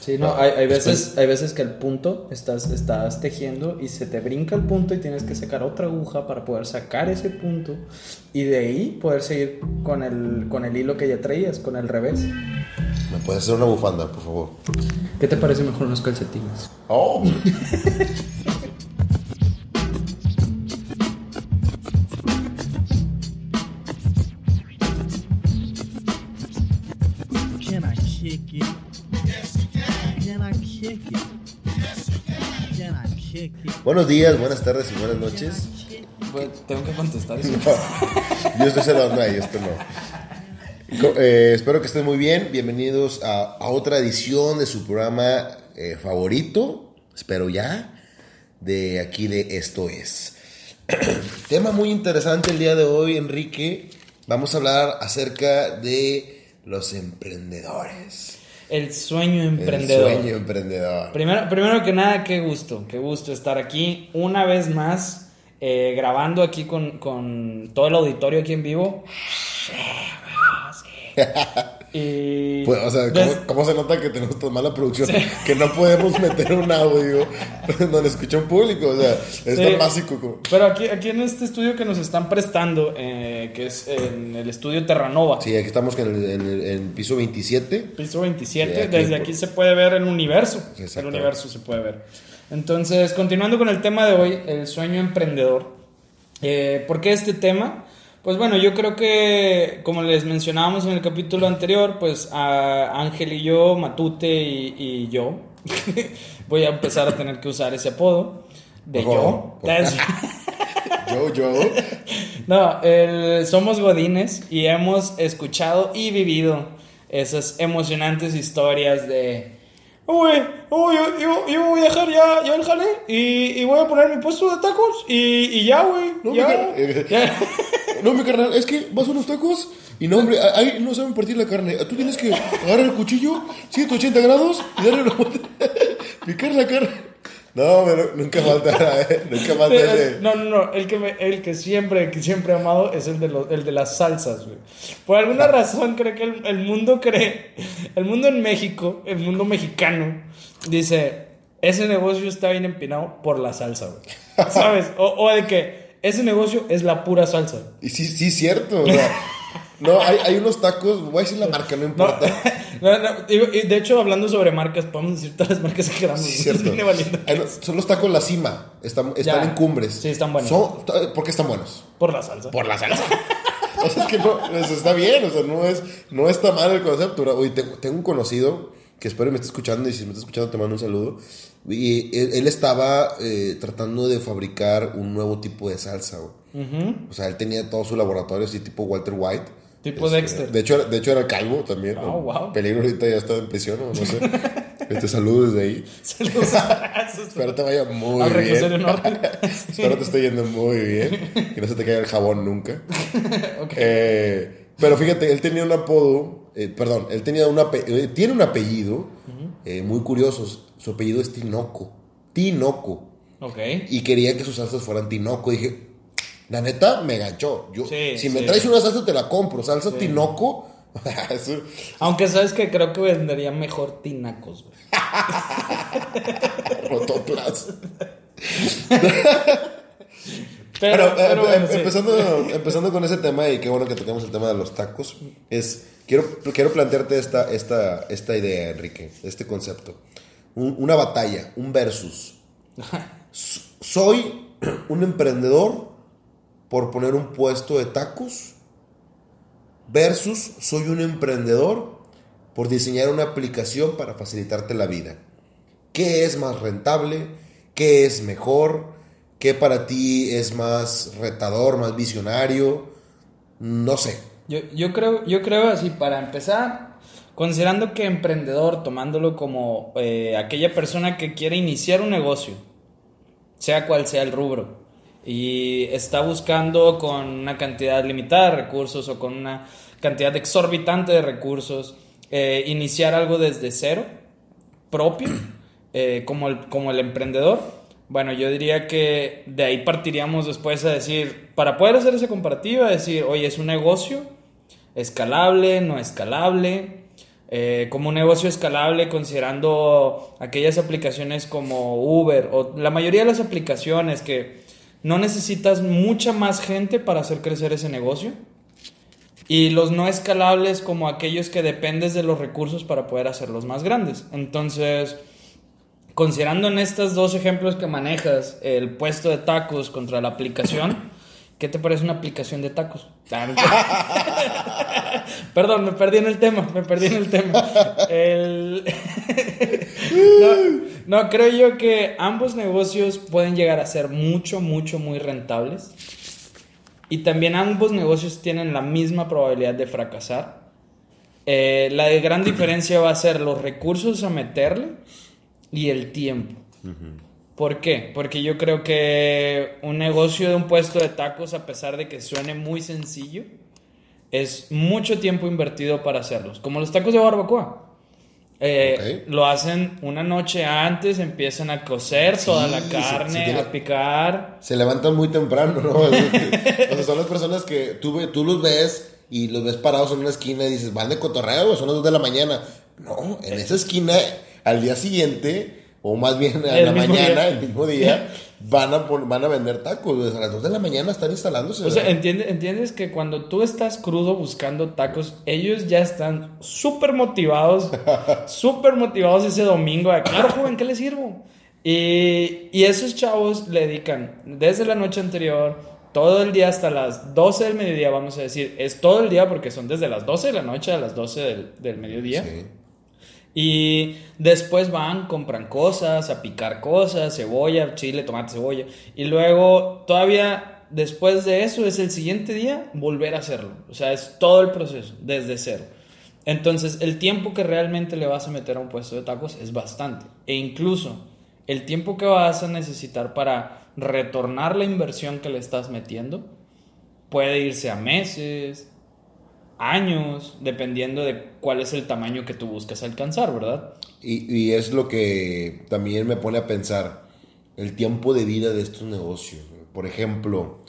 Sí, no, hay veces que el punto estás tejiendo y se te brinca el punto y tienes que sacar otra aguja para poder sacar ese punto y de ahí poder seguir con el hilo que ya traías, con el revés. ¿Me puedes hacer una bufanda, por favor? ¿Qué te parece mejor unos calcetines? ¡Oh! Can I kick it? Yes, you can. Can I kick it? Yes, you can. Can I kick it? Buenos días, buenas tardes y buenas noches. Bueno, tengo que contestar eso. Yo estoy saludando a ellos, esto no. Espero que estén muy bien. Bienvenidos a otra edición de su programa favorito. Espero ya. De aquí de Esto Es. Tema muy interesante el día de hoy, Enrique. Vamos a hablar acerca de los emprendedores. El sueño emprendedor. El sueño emprendedor. Primero que nada, qué gusto estar aquí una vez más, grabando aquí con todo el auditorio aquí en vivo. Y pues, o sea, ¿cómo se nota que tenemos tan mala producción? Sí. Que no podemos meter un audio donde escucha un público, o sea, es tan básico como... Pero aquí en este estudio que nos están prestando, que es en el estudio Terranova. Sí, aquí estamos en el piso 27. Piso 27, desde aquí se puede ver el universo. El universo se puede ver. Entonces, continuando con el tema de hoy, el sueño emprendedor. ¿Por qué este tema? Pues bueno, yo creo que, como les mencionábamos en el capítulo anterior, pues a Ángel y yo, Matute y yo, voy a empezar a tener que usar ese apodo de yo. Yo. No, somos godines y hemos escuchado y vivido esas emocionantes historias de... yo voy a dejar ya el jale y voy a poner mi puesto de tacos y ya, güey. No, mi carnal, es que vas a unos tacos y no, hombre, ahí no saben partir la carne. Tú tienes que agarrar el cuchillo, 180 grados y darle una vuelta, picar la carne. No, pero nunca falta ese. No, el que siempre he amado es el de las salsas, güey. Por alguna razón creo que el mundo en México, el mundo mexicano, dice, ese negocio está bien empinado por la salsa, güey. ¿Sabes? O de que ese negocio es la pura salsa. Y sí, es cierto, o sea, no, hay unos tacos, voy a decir la marca, no importa. Y de hecho, hablando sobre marcas, podemos decir todas las marcas que queramos. Sí, cierto. Son los tacos La Cima, están en Cumbres. Sí, están buenos. ¿Por qué están buenos? Por la salsa. O sea, es que no, eso está bien, o sea, no está mal el concepto. Oye, tengo un conocido que espero que me esté escuchando, y si me está escuchando te mando un saludo. Y él estaba tratando de fabricar un nuevo tipo de salsa, güey. Uh-huh. O sea, él tenía todo su laboratorio así tipo Walter White. Tipo Dexter. De hecho era calvo también, ¿no? Oh, wow. Peligro ahorita ya está en prisión, no sé. Saludos desde ahí. Saludos. Espero te vaya muy bien. Espero te esté yendo muy bien. Que no se te caiga el jabón nunca. Okay. Pero fíjate, él tenía un apodo, él tiene un apellido uh-huh. Muy curioso. Su apellido es Tinoco. Ok. Y quería que sus salsas fueran Tinoco. Dije, la neta, me ganchó. Si me traes una salsa, te la compro. Salsa Tinoco. Aunque sabes que creo que vendería mejor tinacos, güey. Rotoplas. Pero bueno, empezando con ese tema, y qué bueno que tocamos el tema de los tacos, quiero plantearte esta idea, Enrique, este concepto. Una batalla, un versus. Soy un emprendedor por poner un puesto de tacos versus soy un emprendedor por diseñar una aplicación para facilitarte la vida. ¿Qué es más rentable? ¿Qué es mejor? ¿Qué para ti es más retador, más visionario? No sé. Yo creo así, para empezar, considerando que emprendedor, tomándolo como aquella persona que quiere iniciar un negocio, sea cual sea el rubro, y está buscando con una cantidad limitada de recursos o con una cantidad exorbitante de recursos, iniciar algo desde cero, propio, como el emprendedor. Bueno, yo diría que de ahí partiríamos después a decir, para poder hacer esa comparativa, decir, oye, ¿es un negocio escalable, no escalable? como un negocio escalable, considerando aquellas aplicaciones como Uber o la mayoría de las aplicaciones que no necesitas mucha más gente para hacer crecer ese negocio. Y los no escalables como aquellos que dependes de los recursos para poder hacerlos más grandes. Entonces, considerando en estos dos ejemplos que manejas, el puesto de tacos contra la aplicación, ¿qué te parece una aplicación de tacos? Perdón, me perdí en el tema. No, creo yo que ambos negocios pueden llegar a ser muy rentables. Y también ambos negocios tienen la misma probabilidad de fracasar. La gran diferencia va a ser los recursos a meterle y el tiempo. ¿Por qué? Porque yo creo que un negocio de un puesto de tacos, a pesar de que suene muy sencillo, es mucho tiempo invertido para hacerlos. Como los tacos de barbacoa. Lo hacen una noche antes, empiezan a cocer toda la carne, a picar. Se levantan muy temprano, ¿no? O sea, son las personas que tú los ves y los ves parados en una esquina y dices, van de cotorreo, son las 2 de la mañana. No, en esa esquina, al día siguiente, o más bien a la mañana, el mismo día, van a vender tacos. A las 2 de la mañana están instalándose. O sea, ¿entiendes que cuando tú estás crudo buscando tacos, ellos ya están súper motivados ese domingo? Claro, joven, ¿qué les sirvo? Y esos chavos le dedican desde la noche anterior, todo el día hasta las 12 del mediodía, vamos a decir. Es todo el día porque son desde las 12 de la noche a las 12 del mediodía. Sí. Y después van, compran cosas, a picar cosas, cebolla, chile, tomate, cebolla. Y luego, todavía después de eso, es el siguiente día volver a hacerlo. O sea, es todo el proceso, desde cero. Entonces, el tiempo que realmente le vas a meter a un puesto de tacos es bastante. E incluso, el tiempo que vas a necesitar para retornar la inversión que le estás metiendo puede irse a meses, años, dependiendo de cuál es el tamaño que tú buscas alcanzar, ¿verdad? Y es lo que también me pone a pensar, el tiempo de vida de estos negocios. Por ejemplo,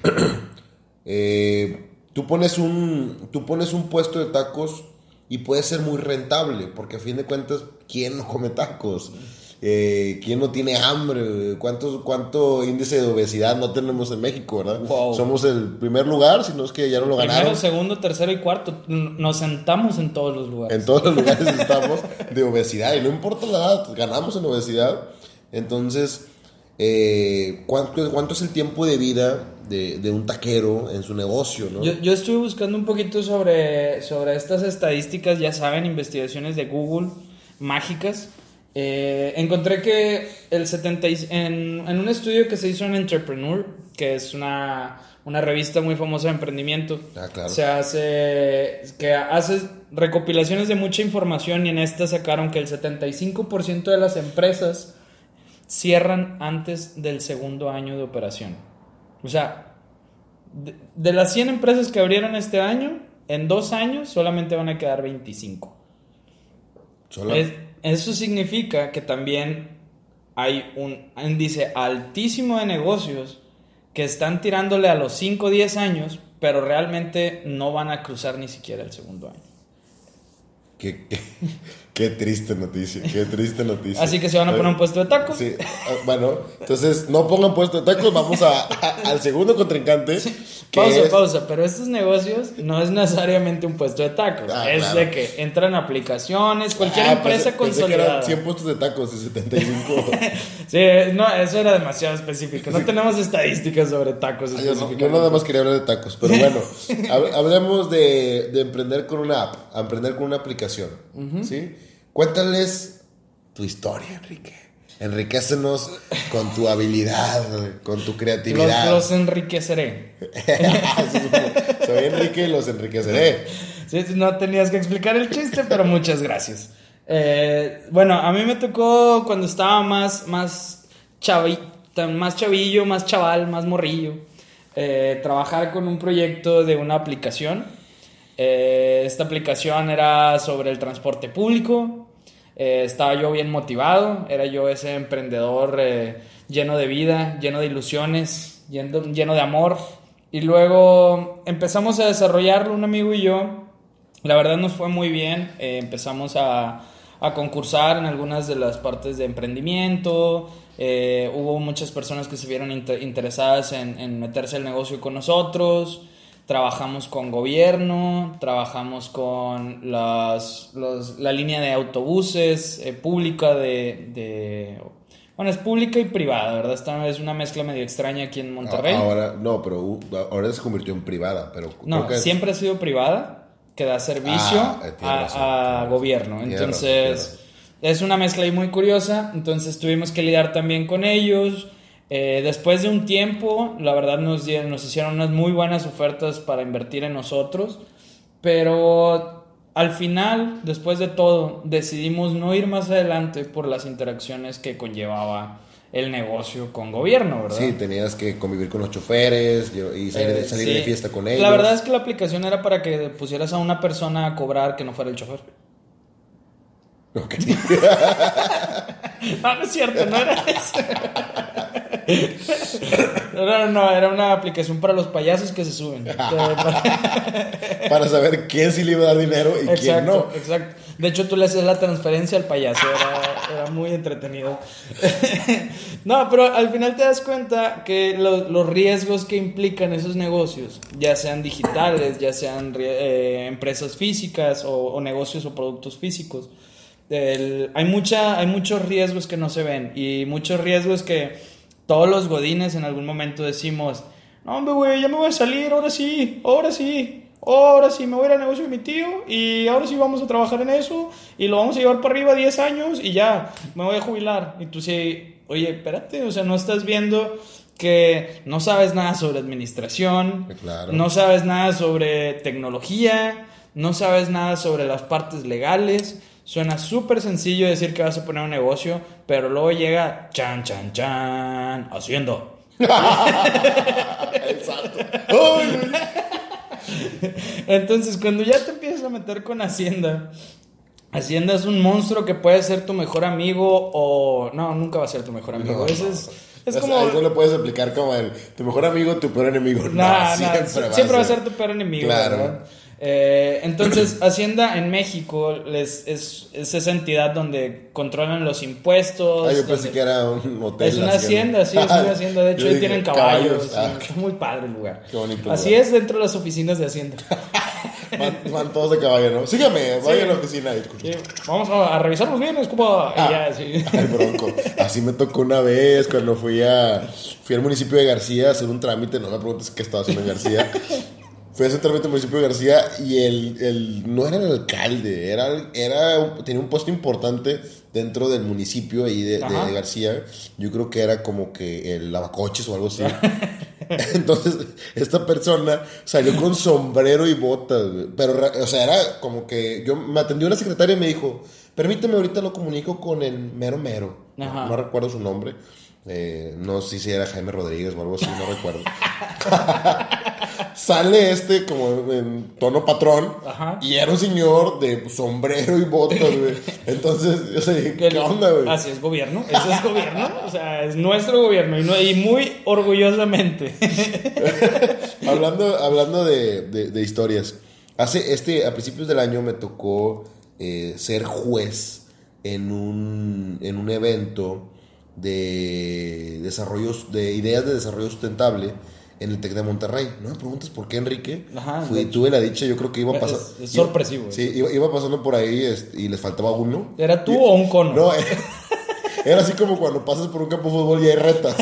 tú pones un puesto de tacos y puede ser muy rentable, porque a fin de cuentas, ¿quién no come tacos? ¿Quién no tiene hambre? ¿Cuánto índice de obesidad no tenemos en México, verdad? Wow. Somos el primer lugar, si no es que ya no lo ganaron. Primero, segundo, tercero y cuarto. Nos sentamos en todos los lugares. En todos los lugares estamos de obesidad. Y no importa la edad, ganamos en obesidad. Entonces, ¿cuánto es el tiempo de vida de un taquero en su negocio, ¿no? Yo estuve buscando un poquito sobre estas estadísticas. Ya saben, investigaciones de Google mágicas. Encontré que en un estudio que se hizo en Entrepreneur, que es una revista muy famosa de emprendimiento, claro. se hace recopilaciones de mucha información, y en esta sacaron que el 75% de las empresas cierran antes del segundo año de operación. O sea, de las 100 empresas que abrieron este año, en 2 años solamente van a quedar 25. Eso significa que también hay un índice altísimo de negocios que están tirándole a los 5 o 10 años, pero realmente no van a cruzar ni siquiera el segundo año. Qué triste noticia, Así que se van a poner un puesto de tacos. Sí, bueno, entonces no pongan puesto de tacos, vamos al segundo contrincante. Sí. Pausa, pero estos negocios no es necesariamente un puesto de tacos, es claro. De que entran aplicaciones, cualquier empresa consolidada. Pensé que eran 100 puestos de tacos y 75. Sí, no, eso era demasiado específico, no tenemos estadísticas sobre tacos específicamente. Yo nada más quería hablar de tacos, pero bueno, hablemos de emprender con una app, emprender con una aplicación, ¿sí? Cuéntales tu historia, Enrique. Enriquécenos con tu habilidad, con tu creatividad. Los enriqueceré. Soy Enrique y los enriqueceré. Sí, no tenías que explicar el chiste, pero muchas gracias. Bueno, a mí me tocó cuando estaba más chavillo, más chaval, más morrillo, trabajar con un proyecto de una aplicación. Esta aplicación era sobre el transporte público. Estaba yo bien motivado, era yo ese emprendedor lleno de vida, lleno de ilusiones, lleno de amor. Y luego empezamos a desarrollarlo un amigo y yo, La verdad nos fue muy bien, empezamos a concursar en algunas de las partes de emprendimiento, hubo muchas personas que se vieron interesadas en meterse al negocio con nosotros, trabajamos con gobierno, trabajamos con la línea de autobuses pública bueno, es pública y privada, ¿verdad? Esta es una mezcla medio extraña aquí en Monterrey. Ahora se convirtió en privada, pero No, siempre ha sido privada, que da servicio a gobierno. Entonces, es una mezcla ahí muy curiosa. Entonces, tuvimos que lidiar también con ellos. Después de un tiempo, la verdad nos hicieron unas muy buenas ofertas para invertir en nosotros. Pero al final, después de todo, decidimos no ir más adelante por las interacciones que conllevaba el negocio con gobierno, ¿verdad? Sí, tenías que convivir con los choferes y salir de fiesta con ellos. La verdad es que la aplicación era para que pusieras a una persona a cobrar que no fuera el chofer. Ok. No es cierto, no era eso. No, era una aplicación para los payasos que se suben. Para saber quién sí le iba a dar dinero y quién no. Exacto. De hecho, tú le haces la transferencia al payaso. Era muy entretenido. No, pero al final te das cuenta que los riesgos que implican esos negocios, ya sean digitales, ya sean empresas físicas o negocios o productos físicos, hay muchos riesgos que no se ven y muchos riesgos que todos los godines en algún momento decimos: no, hombre, güey, ya me voy a salir, ahora sí, me voy a ir al negocio de mi tío y ahora sí vamos a trabajar en eso y lo vamos a llevar para arriba 10 años y ya, me voy a jubilar. Y tú sí, oye, espérate, o sea, no estás viendo que no sabes nada sobre administración, claro. No sabes nada sobre tecnología, no sabes nada sobre las partes legales. Suena súper sencillo decir que vas a poner un negocio, pero luego llega chan, haciendo. Exacto. Entonces, cuando ya te empiezas a meter con Hacienda es un monstruo que puede ser tu mejor amigo o... No, nunca va a ser tu mejor amigo. Es como... Eso lo puedes explicar como tu mejor amigo, tu peor enemigo. Siempre va a ser tu peor enemigo. Claro. ¿Verdad? Entonces, Hacienda en México es esa entidad donde controlan los impuestos. Yo pensé que era un hotel. Es una hacienda, sí, es una hacienda. De hecho, ahí tienen caballos. Es muy padre el lugar. Qué bonito. Así lugar. es dentro de las oficinas de Hacienda. Van todos de caballo, ¿no? Sígame, vaya a la oficina. Sí, vamos a revisar los bienes, como ya, sí. Ay, bronco. Así me tocó una vez cuando fui al municipio de García a hacer un trámite. No me preguntes qué estaba haciendo en García. Fui a hacer trámite en el municipio de García y no era el alcalde, tenía un puesto importante dentro del municipio ahí de García. Yo creo que era como que el lavacoches o algo así. Entonces, esta persona salió con sombrero y botas, güey. Pero, o sea, era como que me atendió una secretaria y me dijo: permíteme, ahorita lo comunico con el mero. No recuerdo su nombre. No sé si era Jaime Rodríguez o algo así, no recuerdo. Sale como en tono patrón. Y era un señor de sombrero y botas, güey. Entonces, yo sé, ¿qué onda, güey? Así es gobierno, eso es gobierno. O sea, es nuestro gobierno y muy orgullosamente. Hablando de historias. A principios del año me tocó ser juez en un evento de ideas de desarrollo sustentable en el TEC de Monterrey. No me preguntes por qué, Enrique. Tuve la dicha, yo creo que iba a pasar. Es sorpresivo. Sí, iba pasando por ahí y les faltaba uno. ¿Era tú o un cono? No, era así como cuando pasas por un campo de fútbol y hay retas.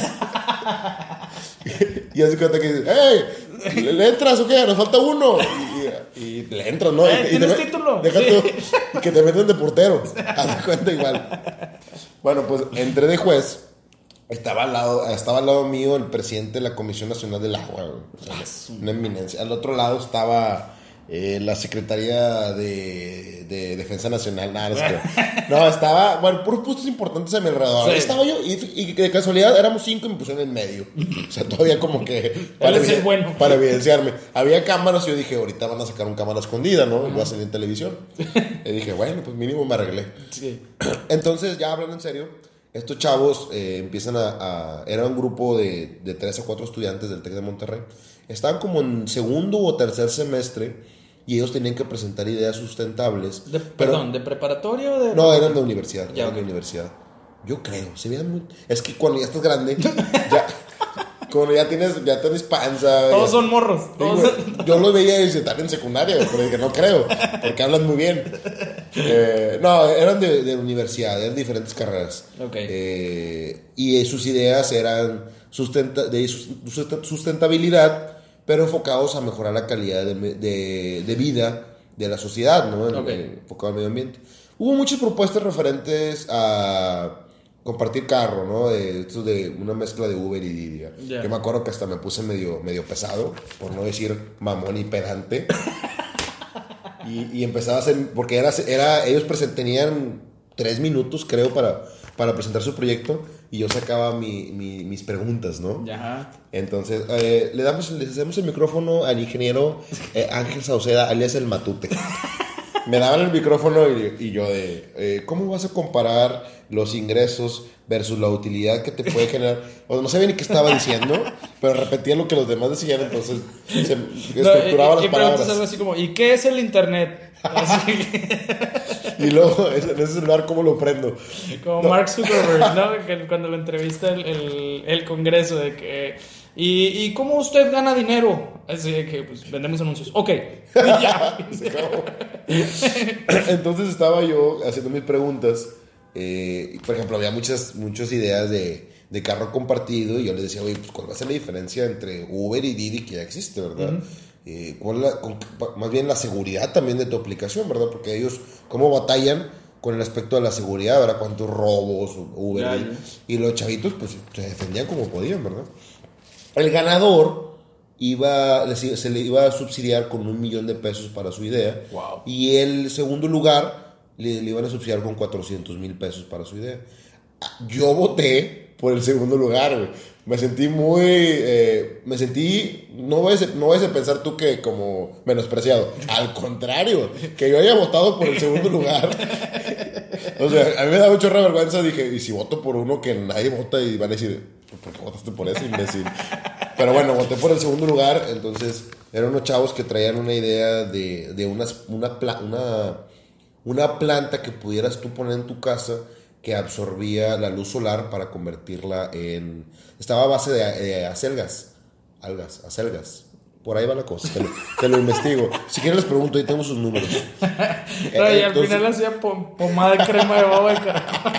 Y hace cuenta que dices: ¡hey! ¿Le entras o qué? Nos falta uno. Y le entras, ¿no? ¿Tienes título? Déjate que te meten de portero. Haz cuenta igual. Bueno, pues entré de juez. Estaba al lado mío el presidente de la Comisión Nacional del Agua, o sea, una eminencia. Al otro lado estaba la Secretaría de Defensa Nacional. No, estaba, bueno, puros puestos importantes a mi alrededor. Sí. Estaba yo y de casualidad éramos 5 y me pusieron en medio. O sea, todavía como que para evidenciarme. Había cámaras y yo dije: ahorita van a sacar un cámara escondida, ¿no? Voy a salir en televisión. Y dije: bueno, pues mínimo me arreglé. Sí. Entonces, ya hablando en serio, estos chavos empiezan era un grupo de 3 o 4 estudiantes del TEC de Monterrey. Estaban como en segundo o tercer semestre y ellos tenían que presentar ideas sustentables. Perdón, ¿de preparatoria o de...? No, eran de universidad. Ya, Eran de universidad. Yo creo, se veían muy... Es que cuando ya estás grande, ya... Cuando ya tienes panza... Todos ya... son morros. Yo lo veía y estar en secundaria, pero dije, no creo, porque hablan muy bien. No, eran de universidad, eran diferentes carreras. Okay. Y sus ideas eran de sustentabilidad, pero enfocados a mejorar la calidad de vida de la sociedad, ¿no? Enfocado al medio ambiente. Hubo muchas propuestas referentes a compartir carro, ¿no? De una mezcla de Uber y Didi. Yeah. Yo me acuerdo que hasta me puse medio pesado, por no decir mamón y pedante. y empezaba a hacer, porque ellos tenían 3 minutos, creo, para presentar su proyecto, y yo sacaba mis preguntas, ¿no? Ajá. Entonces, les hacemos el micrófono al ingeniero Ángel Sauceda, alias el Matute. Me daban el micrófono y yo ¿cómo vas a comparar los ingresos versus la utilidad que te puede generar? O sea, no sabía ni qué estaba diciendo, pero repetía lo que los demás decían, entonces se estructuraba las palabras. Algo así como, ¿y qué es el internet? Y luego, en ese celular, ¿cómo lo prendo? Como Mark Zuckerberg, ¿no? Que cuando lo entrevista el Congreso, de que... ¿Y cómo usted gana dinero? Así de que, pues, vendemos anuncios. Ok. Ya. Entonces estaba yo haciendo mis preguntas. Por ejemplo, había muchas ideas de carro compartido, y yo les decía, oye, pues, ¿cuál va a ser la diferencia entre Uber y Didi, que ya existe, verdad? Más bien la seguridad también de tu aplicación, ¿verdad? Porque ellos, ¿cómo batallan con el aspecto de la seguridad, ¿verdad? ¿Cuántos robos, Uber? Y los chavitos, pues, se defendían como podían, ¿verdad? El ganador se le iba a subsidiar con $1,000,000 para su idea. Wow. Y el segundo lugar le iban a subsidiar con $400,000 para su idea. Yo voté por el segundo lugar, güey. Me sentí no vayas a pensar tú que como menospreciado. Al contrario, que yo haya votado por el segundo lugar. O sea, a mí me da mucha vergüenza. Dije, y si voto por uno que nadie vota, y van a decir, ¿por qué votaste por ese imbécil? Pero bueno, voté por el segundo lugar. Entonces, eran unos chavos que traían una idea de una planta que pudieras tú poner en tu casa, que absorbía la luz solar para convertirla en... Estaba a base de acelgas. Acelgas. Por ahí va la cosa. Te lo investigo. Si quieres les pregunto, ahí tengo sus números. Y al final hacía pomada de crema de baba de caracol.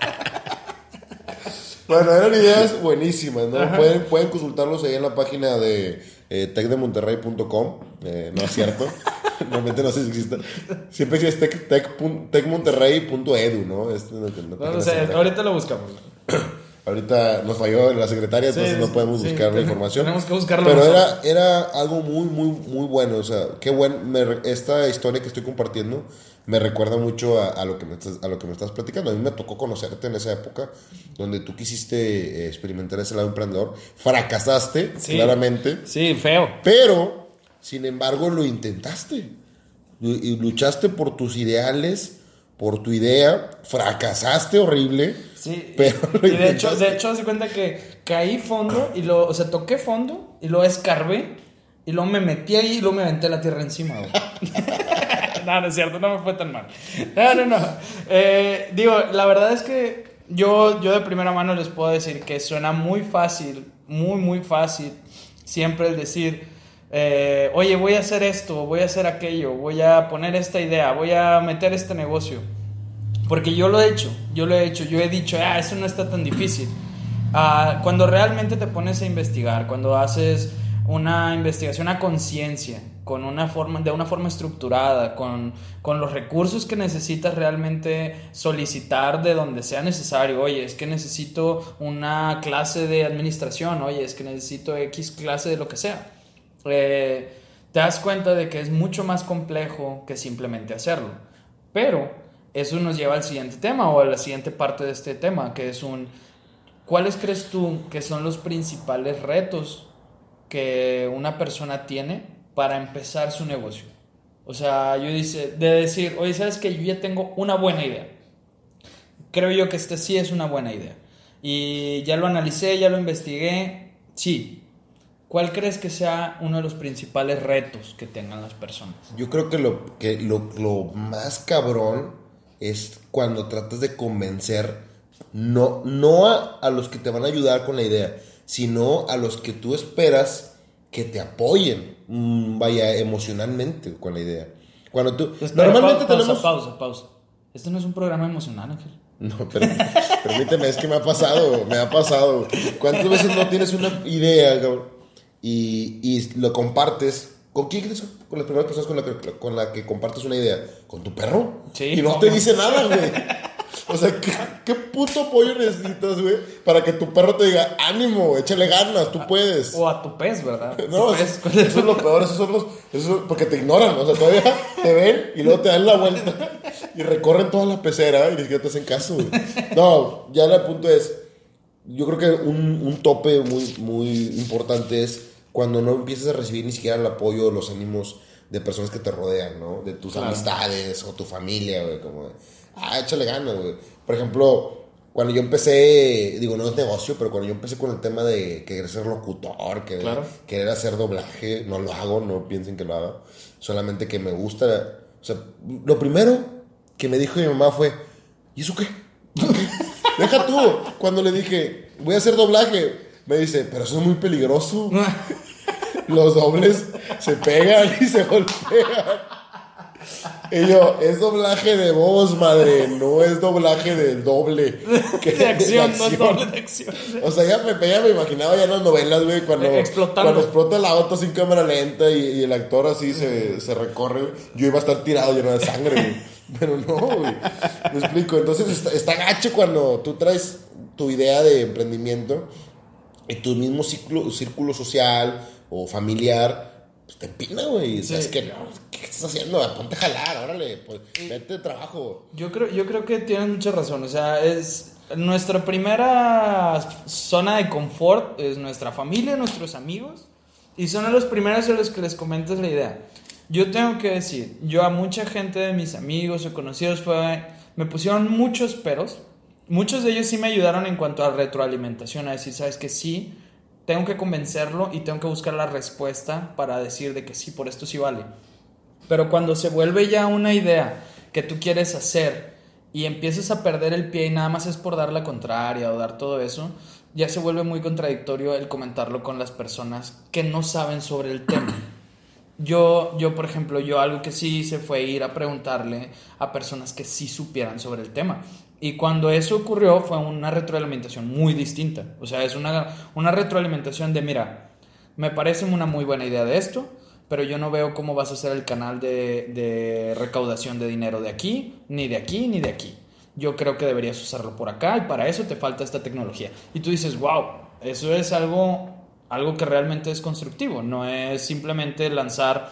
Bueno, eran ideas buenísimas, ¿no? Pueden consultarlos ahí en la página de tecdemonterrey.com. No es cierto. Realmente no sé si existe. Siempre es tecmonterrey.edu, ¿no? No sé, ahorita lo buscamos. Ahorita nos falló la secretaria, entonces no podemos buscar la información. Tenemos que buscarlo. Pero era algo muy, muy, muy bueno. O sea, qué bueno. Esta historia que estoy compartiendo me recuerda mucho a lo que me estás platicando. A mí me tocó conocerte en esa época donde tú quisiste experimentar ese lado emprendedor. Fracasaste, claramente. Sí, feo. Pero, sin embargo, lo intentaste. Y luchaste por tus ideales, por tu idea. Fracasaste horrible. Sí, pero y de hecho, haz de cuenta que caí fondo toqué fondo y lo escarbé y luego me metí ahí y luego me aventé la tierra encima, güey. No es cierto, no me fue tan mal. No. Digo, la verdad es que yo de primera mano les puedo decir que suena muy fácil, muy, muy fácil, siempre el decir, oye, voy a hacer esto, voy a hacer aquello, voy a poner esta idea, voy a meter este negocio. Porque yo lo he hecho, yo he dicho, eso no está tan difícil. Cuando realmente te pones a investigar, cuando haces una investigación a conciencia, de una forma estructurada, con los recursos que necesitas realmente solicitar de donde sea necesario. Oye, es que necesito una clase de administración, oye, es que necesito X clase de lo que sea. Te das cuenta de que es mucho más complejo que simplemente hacerlo. Pero eso nos lleva al siguiente tema, o a la siguiente parte de este tema, que es ¿cuáles crees tú que son los principales retos que una persona tiene para empezar su negocio? O sea, de decir, oye, ¿sabes qué? Yo ya tengo una buena idea. Creo yo que sí es una buena idea. Y ya lo analicé, ya lo investigué. Sí. ¿cuál crees que sea uno de los principales retos que tengan las personas? Yo creo que lo más cabrón es cuando tratas de convencer, no a los que te van a ayudar con la idea, sino a los que tú esperas que te apoyen, vaya, emocionalmente con la idea. Cuando tú... Espera, normalmente pausa. Esto no es un programa emocional, Ángel. No, pero permíteme, es que me ha pasado. ¿Cuántas veces no tienes una idea, cabrón, y lo compartes? ¿Con quién crees? Con las primeras personas con la que compartes una idea. ¿Con tu perro? Sí. Y no te dice nada, güey. O sea, ¿qué puto apoyo necesitas, güey? Para que tu perro te diga, ánimo, échale ganas, tú puedes. O a tu pez, ¿verdad? No, Tu pez. eso es lo peor, porque te ignoran, o sea, todavía te ven y luego te dan la vuelta y recorren toda la pecera y ni siquiera te hacen caso, güey. No, ya el punto es, yo creo que un tope muy, muy importante es cuando no empiezas a recibir ni siquiera el apoyo o los ánimos de personas que te rodean, ¿no? De tus amistades o tu familia, güey, como échale ganas, güey. Por ejemplo, cuando yo empecé, digo, no es negocio, pero cuando yo empecé con el tema de querer ser locutor, querer hacer doblaje, no lo hago, no piensen que lo haga, solamente que me gusta. O sea, lo primero que me dijo mi mamá fue, ¿y eso qué? Deja tú. Cuando le dije, voy a hacer doblaje, me dice, pero eso es muy peligroso. Los dobles se pegan y se golpean. Y yo, es doblaje de voz, madre, no es doblaje del doble. De acción, no es doble de acción. O sea, ya me imaginaba ya en las novelas, güey, cuando explota el auto sin cámara lenta y el actor así se recorre, güey. Yo iba a estar tirado lleno de sangre, güey. Pero no, güey. Me explico. Entonces está gacho cuando tú traes tu idea de emprendimiento y tu mismo círculo social o familiar pues te empina, güey. Sí. ¿Sabes qué? No, ¿qué estás haciendo? Ponte a jalar, órale, pues vete de trabajo. Yo creo que tienen mucha razón. O sea, es nuestra primera zona de confort, es nuestra familia, nuestros amigos, y son a los primeros a los que les comentas la idea. Yo tengo que decir, yo a mucha gente de mis amigos o conocidos me pusieron muchos peros. Muchos de ellos sí me ayudaron en cuanto a retroalimentación, a decir, ¿sabes qué? Sí, tengo que convencerlo y tengo que buscar la respuesta para decir de que sí, por esto sí vale. Pero cuando se vuelve ya una idea que tú quieres hacer y empiezas a perder el pie y nada más es por dar la contraria o dar todo eso, ya se vuelve muy contradictorio el comentarlo con las personas que no saben sobre el tema. Yo, por ejemplo, algo que sí hice fue ir a preguntarle a personas que sí supieran sobre el tema. Y cuando eso ocurrió fue una retroalimentación muy distinta. O sea, es una retroalimentación de, mira, me parece una muy buena idea de esto, pero yo no veo cómo vas a hacer el canal de recaudación de dinero de aquí, ni de aquí, ni de aquí. Yo creo que deberías usarlo por acá y para eso te falta esta tecnología. Y tú dices, wow, eso es algo que realmente es constructivo. No es simplemente lanzar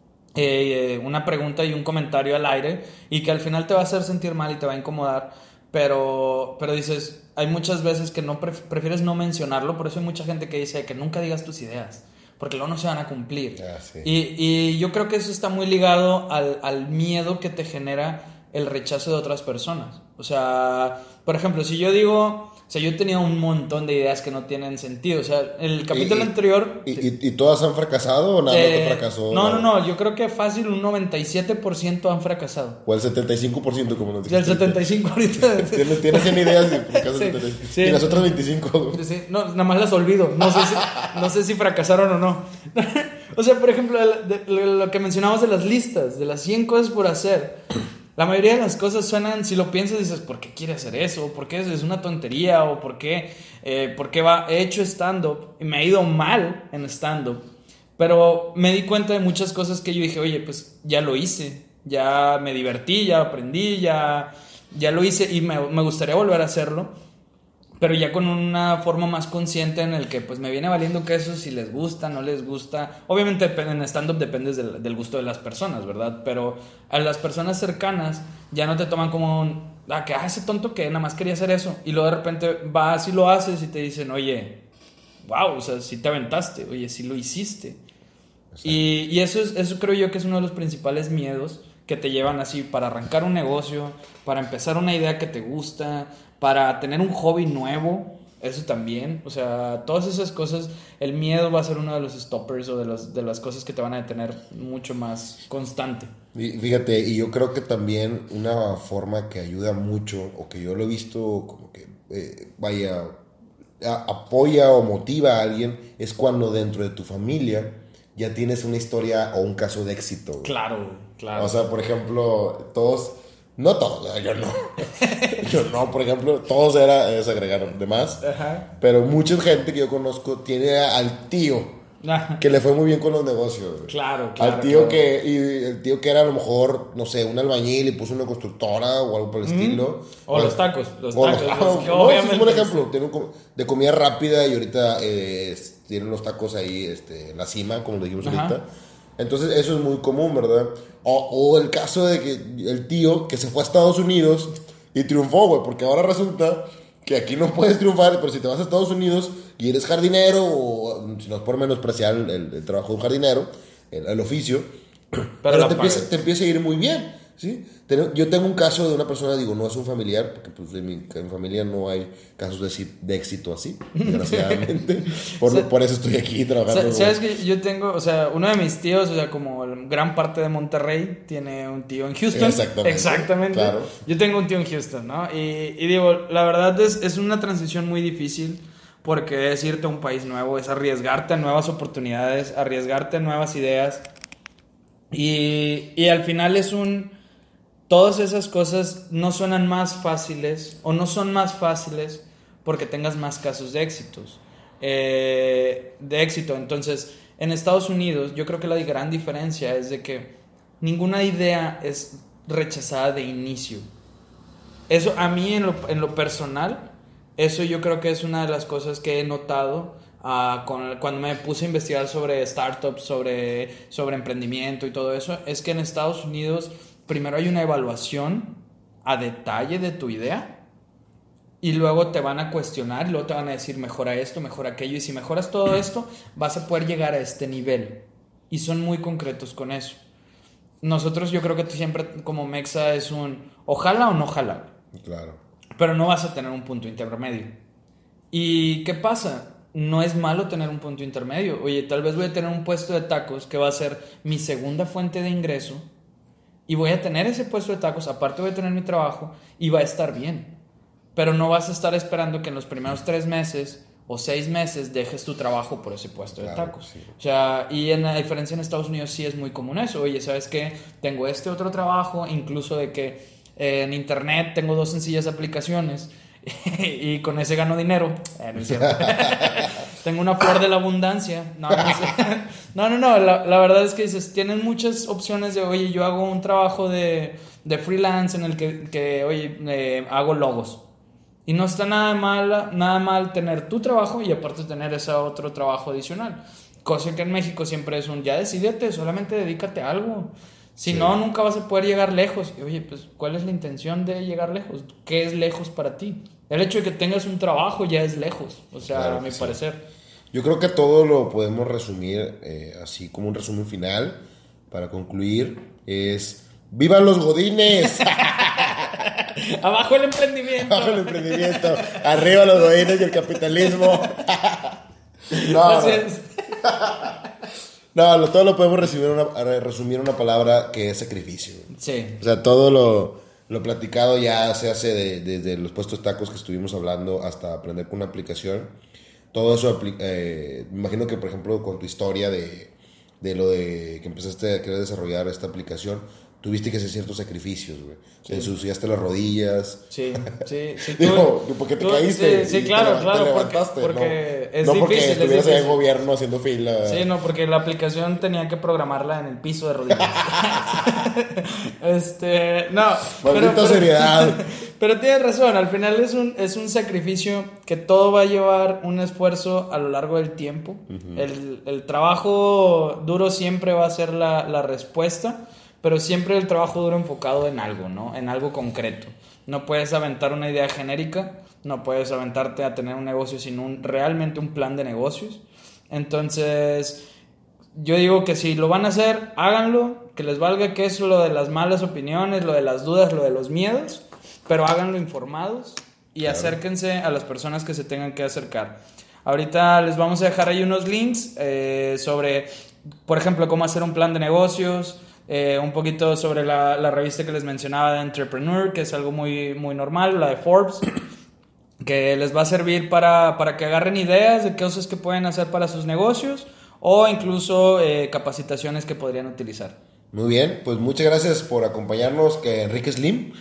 una pregunta y un comentario al aire y que al final te va a hacer sentir mal y te va a incomodar. Pero dices, hay muchas veces que no prefieres no mencionarlo. Por eso hay mucha gente que dice que nunca digas tus ideas, porque luego no se van a cumplir. Sí. Y yo creo que eso está muy ligado al miedo que te genera el rechazo de otras personas. O sea, por ejemplo, si yo digo... O sea, yo tenía un montón de ideas que no tienen sentido. O sea, el capítulo anterior... ¿Y todas han fracasado o nada más te fracasó? No. Yo creo que fácil un 97% han fracasado. O el 75%, como nos dijiste. El 75% ahorita. Tienes 100 ideas y fracasas sí, 75. Sí. Y las otras 25. Sí, no, nada más las olvido. No sé si fracasaron o no. O sea, por ejemplo, lo que mencionamos de las listas, de las 100 cosas por hacer... La mayoría de las cosas suenan, si lo piensas, dices, ¿por qué quiere hacer eso? ¿Por qué es una tontería? ¿O por qué he hecho stand-up? Y me ha ido mal en stand-up. Pero me di cuenta de muchas cosas que yo dije, oye, pues ya lo hice. Ya me divertí, ya aprendí, ya lo hice y me gustaría volver a hacerlo. Pero ya con una forma más consciente en el que pues me viene valiendo queso si les gusta, no les gusta. Obviamente en stand-up depende del gusto de las personas, ¿verdad? Pero a las personas cercanas ya no te toman como ese tonto que nada más quería hacer eso. Y luego de repente vas y lo haces y te dicen, oye, wow, o sea, sí te aventaste, oye, sí lo hiciste. Y eso creo yo que es uno de los principales miedos que te llevan así para arrancar un negocio, para empezar una idea que te gusta, para tener un hobby nuevo. Eso también, o sea, todas esas cosas, el miedo va a ser uno de los stoppers o de las cosas que te van a detener mucho más constante. Y fíjate, y yo creo que también una forma que ayuda mucho, o que yo lo he visto como que, apoya o motiva a alguien, es cuando dentro de tu familia ya tienes una historia o un caso de éxito, güey. Claro, claro. O sea, por ejemplo, todos, no todos, yo no. Yo no, por ejemplo, todos es agregar de más. Ajá. Pero mucha gente que yo conozco tiene al tío que le fue muy bien con los negocios, güey. Claro, Al tío claro. y el tío que era a lo mejor, no sé, un albañil y puso una constructora o algo por el estilo. O los tacos, O que no, sí, es obviamente. un ejemplo. Tiene de comida rápida y ahorita tienen los tacos ahí en la cima, como lo dijimos Ajá. ahorita. Entonces eso es muy común, ¿verdad? O el caso de que el tío que se fue a Estados Unidos y triunfó, güey, porque ahora resulta que aquí no puedes triunfar, pero si te vas a Estados Unidos y eres jardinero, o si no es por menospreciar el trabajo de un jardinero, el oficio, pero te empieza a ir muy bien, ¿sí? Yo tengo un caso de una persona, digo, no es un familiar, porque pues en mi familia no hay casos de éxito así, desgraciadamente. Por eso estoy aquí trabajando. ¿Sabes que yo tengo, o sea, uno de mis tíos, o sea, como gran parte de Monterrey, tiene un tío en Houston? Exactamente. Claro. Yo tengo un tío en Houston, ¿no? Y digo, la verdad es una transición muy difícil, porque es irte a un país nuevo, es arriesgarte a nuevas oportunidades, arriesgarte a nuevas ideas. Y al final todas esas cosas no suenan más fáciles o no son más fáciles porque tengas más casos de éxito. Entonces, en Estados Unidos, yo creo que la gran diferencia es de que ninguna idea es rechazada de inicio. Eso a mí en lo personal, eso yo creo que es una de las cosas que he notado cuando me puse a investigar sobre startups, sobre emprendimiento y todo eso, es que en Estados Unidos primero hay una evaluación a detalle de tu idea y luego te van a cuestionar y luego te van a decir mejora esto, mejora aquello, y si mejoras todo esto vas a poder llegar a este nivel, y son muy concretos con eso. Nosotros, yo creo que siempre como Mexa es un ojalá o no ojalá. Claro. Pero no vas a tener un punto intermedio. ¿Y qué pasa? No es malo tener un punto intermedio. Oye, tal vez voy a tener un puesto de tacos que va a ser mi segunda fuente de ingreso, y voy a tener ese puesto de tacos, aparte voy a tener mi trabajo y va a estar bien. Pero no vas a estar esperando que en los primeros 3 meses o 6 meses dejes tu trabajo por ese puesto de tacos. Sí. O sea, y en la diferencia en Estados Unidos sí es muy común eso. Oye, ¿sabes qué? Tengo este otro trabajo, incluso de que en internet tengo 2 sencillas aplicaciones y con ese gano dinero. No es cierto. Tengo una flor de la abundancia. No. La verdad es que dices, tienen muchas opciones de, oye, yo hago un trabajo de freelance en el que oye, hago logos. Y no está nada mal tener tu trabajo y aparte tener ese otro trabajo adicional. Cosa que en México siempre es ya decídete, solamente dedícate a algo. Si no, nunca vas a poder llegar lejos. Y oye, pues, ¿cuál es la intención de llegar lejos? ¿Qué es lejos para ti? El hecho de que tengas un trabajo ya es lejos, o sea, Claro, a mi parecer. Yo creo que todo lo podemos resumir así como un resumen final para concluir. Es ¡vivan los godines! ¡Abajo el emprendimiento! ¡Abajo el emprendimiento! ¡Arriba los godines y el capitalismo! Todo lo podemos resumir en una palabra que es sacrificio. Sí. O sea, todo lo platicado ya se hace desde los puestos tacos que estuvimos hablando hasta aprender con una aplicación. Todo eso, me imagino que, por ejemplo, con tu historia de lo de que empezaste a querer desarrollar esta aplicación, tuviste que hacer ciertos sacrificios, güey. Te ensuciaste las rodillas. Sí. Digo, porque te caíste. Sí, claro, te levantaste. porque no, es no difícil. porque estuvieras en el difícil. gobierno haciendo fila. Sí, no, porque la aplicación tenía que programarla en el piso de rodillas. No. Maldita seriedad. Pero tienes razón, al final es un sacrificio que todo va a llevar un esfuerzo a lo largo del tiempo. Uh-huh. El trabajo duro siempre va a ser la respuesta, pero siempre el trabajo duro enfocado en algo, ¿no? En algo concreto. No puedes aventar una idea genérica, no puedes aventarte a tener un negocio sin realmente un plan de negocios. Entonces, yo digo que si lo van a hacer, háganlo, que les valga que eso, lo de las malas opiniones, lo de las dudas, lo de los miedos, pero háganlo informados y acérquense a las personas que se tengan que acercar. Ahorita les vamos a dejar ahí unos links sobre, por ejemplo, cómo hacer un plan de negocios, un poquito sobre la revista que les mencionaba de Entrepreneur, que es algo muy, muy normal, la de Forbes, que les va a servir para que agarren ideas de cosas que pueden hacer para sus negocios o incluso capacitaciones que podrían utilizar. Muy bien, pues muchas gracias por acompañarnos, que Enrique Slim.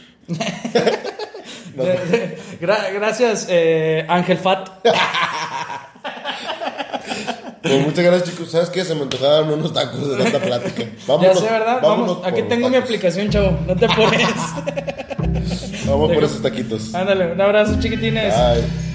Gracias, Ángel Fat. Pues muchas gracias, chicos. ¿Sabes qué? Se me antojaron unos tacos de tanta plática. Ya sé, ¿verdad? Vamos, aquí tengo mi aplicación, chavo. No te pones. Vamos por esos taquitos. Ándale, un abrazo, chiquitines. Bye.